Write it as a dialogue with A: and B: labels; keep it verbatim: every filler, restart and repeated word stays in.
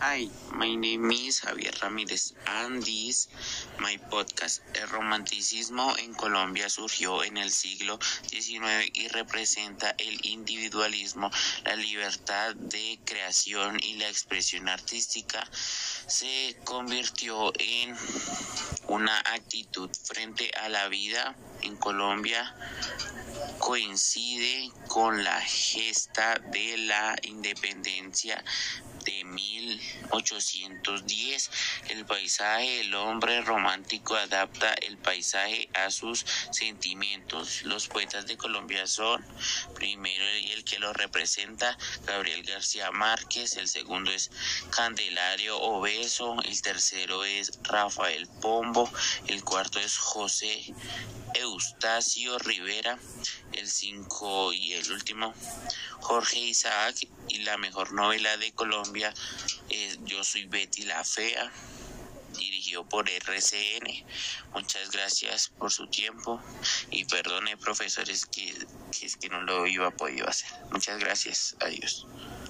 A: Hi, my name is Javier Ramírez and this my podcast. El romanticismo en Colombia surgió en el siglo diecinueve y representa el individualismo, la libertad de creación y la expresión artística. Se convirtió en una actitud frente a la vida en Colombia. Coincide con la gesta de la independencia de mil ochocientos diez. El paisaje del hombre romántico adapta el paisaje a sus sentimientos. Los poetas de Colombia son, primero y el que lo representa, Gabriel García Márquez, el segundo es Candelario Obeso, el tercero es Rafael Pombo, el cuarto es José Eustacio Rivera, el cinco y el último Jorge Isaac, y la mejor novela de Colombia es Yo soy Betty la Fea, dirigido por R C N. Muchas gracias por su tiempo y perdone, profesores, que, que es que no lo iba a poder hacer. Muchas gracias, adiós.